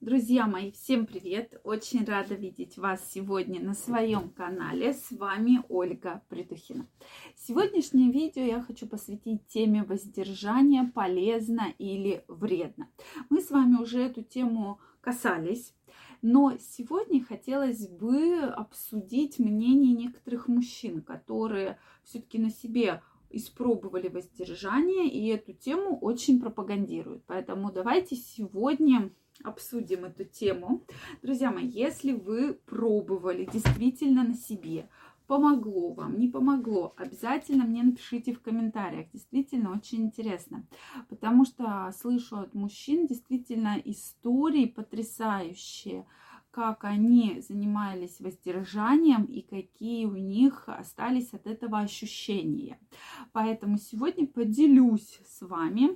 Друзья мои, всем привет! Очень рада видеть вас сегодня на своем канале. С вами Ольга Придухина. Сегодняшнее видео я хочу посвятить теме воздержания: полезно или вредно. Мы с вами уже эту тему касались, но сегодня хотелось бы обсудить мнение некоторых мужчин, которые все-таки на себе испробовали воздержание и эту тему очень пропагандируют. Поэтому давайте сегодня обсудим эту тему. Друзья мои, если вы пробовали действительно на себе, помогло вам, не помогло, обязательно мне напишите в комментариях. Действительно очень интересно, потому что слышу от мужчин действительно истории потрясающие, как они занимались воздержанием и какие у них остались от этого ощущения. Поэтому сегодня поделюсь с вами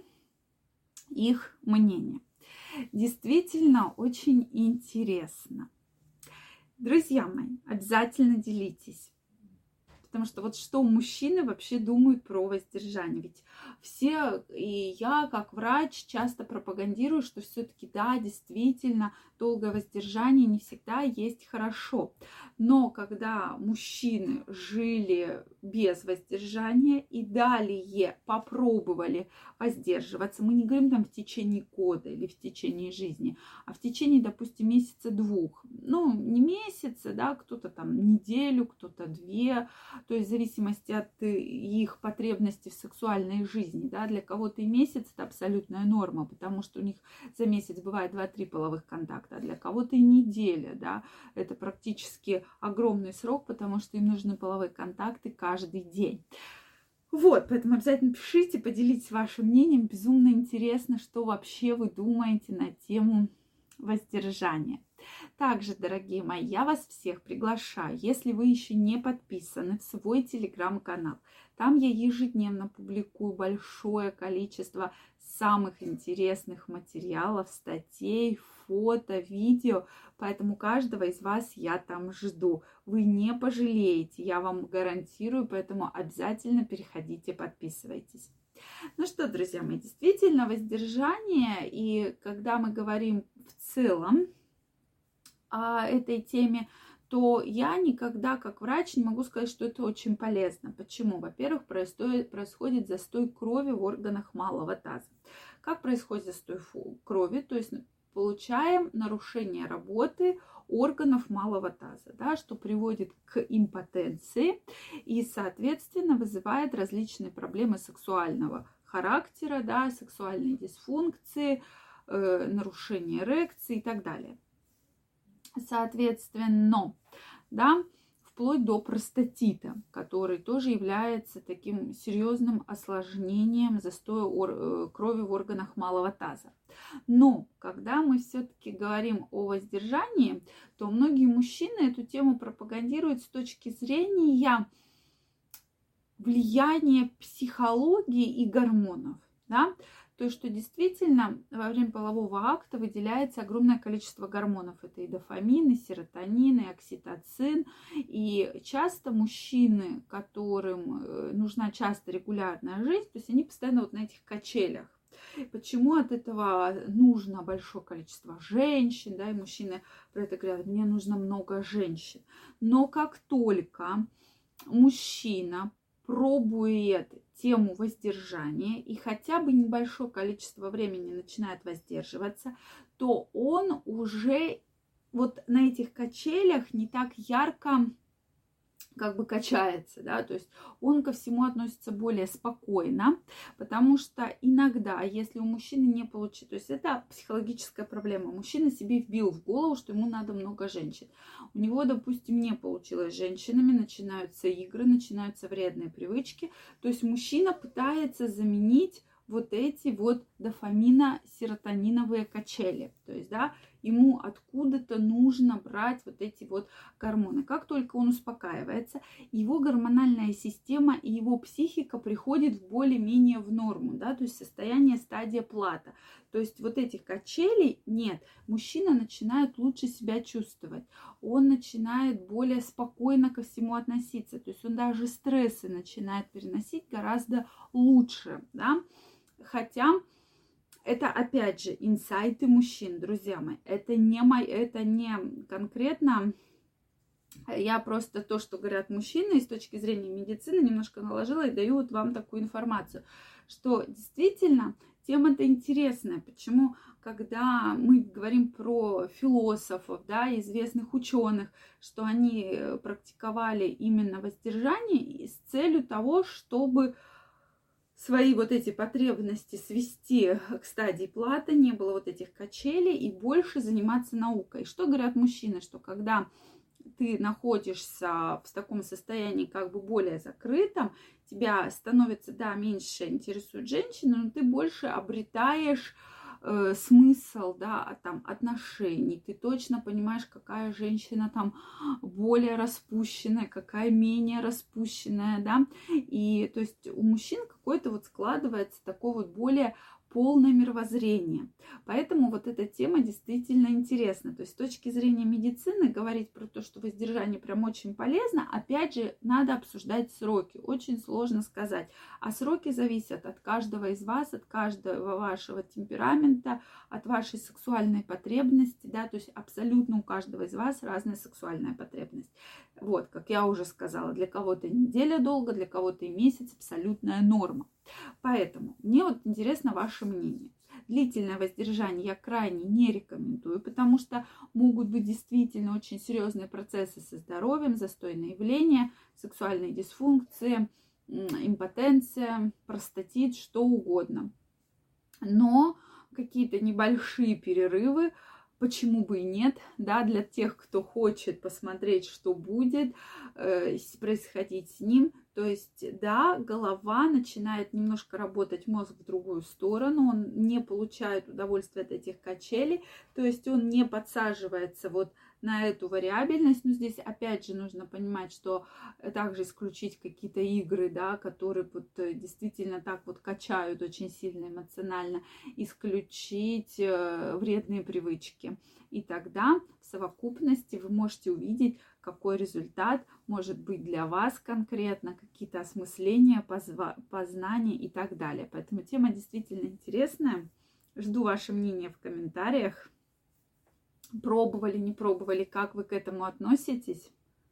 их мнением. Действительно очень интересно. Друзья мои, обязательно делитесь. Потому что вот что мужчины вообще думают про воздержание? Ведь все, и я как врач часто пропагандирую, что все-таки да, действительно, долгое воздержание не всегда есть хорошо. Но когда мужчины жили без воздержания и далее попробовали воздерживаться, мы не говорим там в течение года или в течение жизни, а в течение, допустим, месяца-двух. Ну, не месяца, да, кто-то там неделю, кто-то две, то есть в зависимости от их потребностей в сексуальной жизни, да, для кого-то и месяц это абсолютная норма, потому что у них за месяц бывает 2-3 половых контакта, а для кого-то и неделя, да, это практически огромный срок, потому что им нужны половые контакты каждый день. Вот, поэтому обязательно пишите, поделитесь вашим мнением, безумно интересно, что вообще вы думаете на тему воздержания. Также, дорогие мои, я вас всех приглашаю, если вы еще не подписаны, в свой телеграм-канал. Там я ежедневно публикую большое количество самых интересных материалов, статей, фото, видео. Поэтому каждого из вас я там жду. Вы не пожалеете, я вам гарантирую, поэтому обязательно переходите, подписывайтесь. Ну что, друзья мои, действительно воздержание, и когда мы говорим в целом о этой теме, то я никогда как врач не могу сказать, что это очень полезно. Почему? Во-первых, происходит застой крови в органах малого таза. Как происходит застой крови? То есть получаем нарушение работы органов малого таза, да, что приводит к импотенции и, соответственно, вызывает различные проблемы сексуального характера, да, сексуальные дисфункции, нарушение эрекции и так далее. Соответственно, да, вплоть до простатита, который тоже является таким серьезным осложнением застоя крови в органах малого таза. Но когда мы все-таки говорим о воздержании, то многие мужчины эту тему пропагандируют с точки зрения влияния психологии и гормонов, да? То есть, что действительно во время полового акта выделяется огромное количество гормонов. Это и дофамин, и серотонин, и окситоцин. И часто мужчины, которым нужна часто регулярная жизнь, то есть они постоянно вот на этих качелях. Почему от этого нужно большое количество женщин, да, и мужчины про это говорят: мне нужно много женщин. Но как только мужчина пробует тему воздержания и хотя бы небольшое количество времени начинает воздерживаться, то он уже вот на этих качелях не так ярко как бы качается, да, то есть он ко всему относится более спокойно, потому что иногда, если у мужчины не получится, то есть это психологическая проблема, мужчина себе вбил в голову, что ему надо много женщин, у него, допустим, не получилось с женщинами, начинаются игры, начинаются вредные привычки, то есть мужчина пытается заменить вот эти вот дофамино-серотониновые качели, то есть, да, ему откуда-то нужно брать вот эти вот гормоны. Как только он успокаивается, его гормональная система и его психика приходит в более-менее в норму, да, то есть состояние стадия плата. То есть вот этих качелей нет. Мужчина начинает лучше себя чувствовать, он начинает более спокойно ко всему относиться, то есть он даже стрессы начинает переносить гораздо лучше, да. Хотя Это, опять же, инсайты мужчин, друзья мои. Это не конкретно... Я просто то, что говорят мужчины, и с точки зрения медицины немножко наложила и даю вот вам такую информацию, что действительно тема-то интересная. Почему, когда мы говорим про философов, да, известных ученых, что они практиковали именно воздержание с целью того, чтобы свои вот эти потребности свести к стадии плата, не было вот этих качелей и больше заниматься наукой. Что говорят мужчины, что когда ты находишься в таком состоянии как бы более закрытом, тебя становится, да, меньше интересует женщина, но ты больше обретаешь смысл, да, там, отношений. Ты точно понимаешь, какая женщина там более распущенная, какая менее распущенная, да. И то есть у мужчин какое-то вот складывается такое вот более полное мировоззрение. Поэтому вот эта тема действительно интересна. То есть с точки зрения медицины говорить про то, что воздержание прям очень полезно, опять же, надо обсуждать сроки. Очень сложно сказать. А сроки зависят от каждого из вас, от каждого вашего темперамента, от вашей сексуальной потребности, да, то есть абсолютно у каждого из вас разная сексуальная потребность. Вот, как я уже сказала, для кого-то неделя долго, для кого-то и месяц абсолютная норма. Поэтому мне вот интересно ваше мнение. Длительное воздержание я крайне не рекомендую, потому что могут быть действительно очень серьезные процессы со здоровьем, застойные явления, сексуальные дисфункции, импотенция, простатит, что угодно. Но какие-то небольшие перерывы, почему бы и нет, да, для тех, кто хочет посмотреть, что будет происходить с ним. То есть, да, голова начинает немножко работать, мозг в другую сторону, он не получает удовольствия от этих качелей, то есть он не подсаживается вот на эту вариабельность. Но здесь опять же нужно понимать, что также исключить какие-то игры, да, которые вот действительно так вот качают очень сильно эмоционально, исключить вредные привычки. И тогда в совокупности вы можете увидеть, какой результат может быть для вас конкретно, какие-то осмысления, познания и так далее. Поэтому тема действительно интересная. Жду ваше мнение в комментариях. Пробовали, не пробовали, как вы к этому относитесь.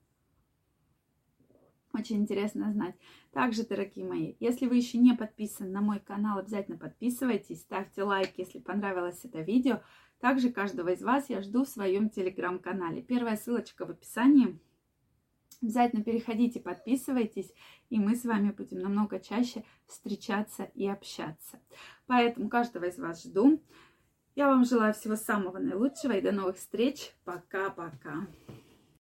Очень интересно знать. Также, дорогие мои, если вы еще не подписаны на мой канал, обязательно подписывайтесь, ставьте лайк, если понравилось это видео. Также каждого из вас я жду в своем телеграм-канале. Первая ссылочка в описании. Обязательно переходите, подписывайтесь, и мы с вами будем намного чаще встречаться и общаться. Поэтому каждого из вас жду. Я вам желаю всего самого наилучшего и до новых встреч. Пока-пока.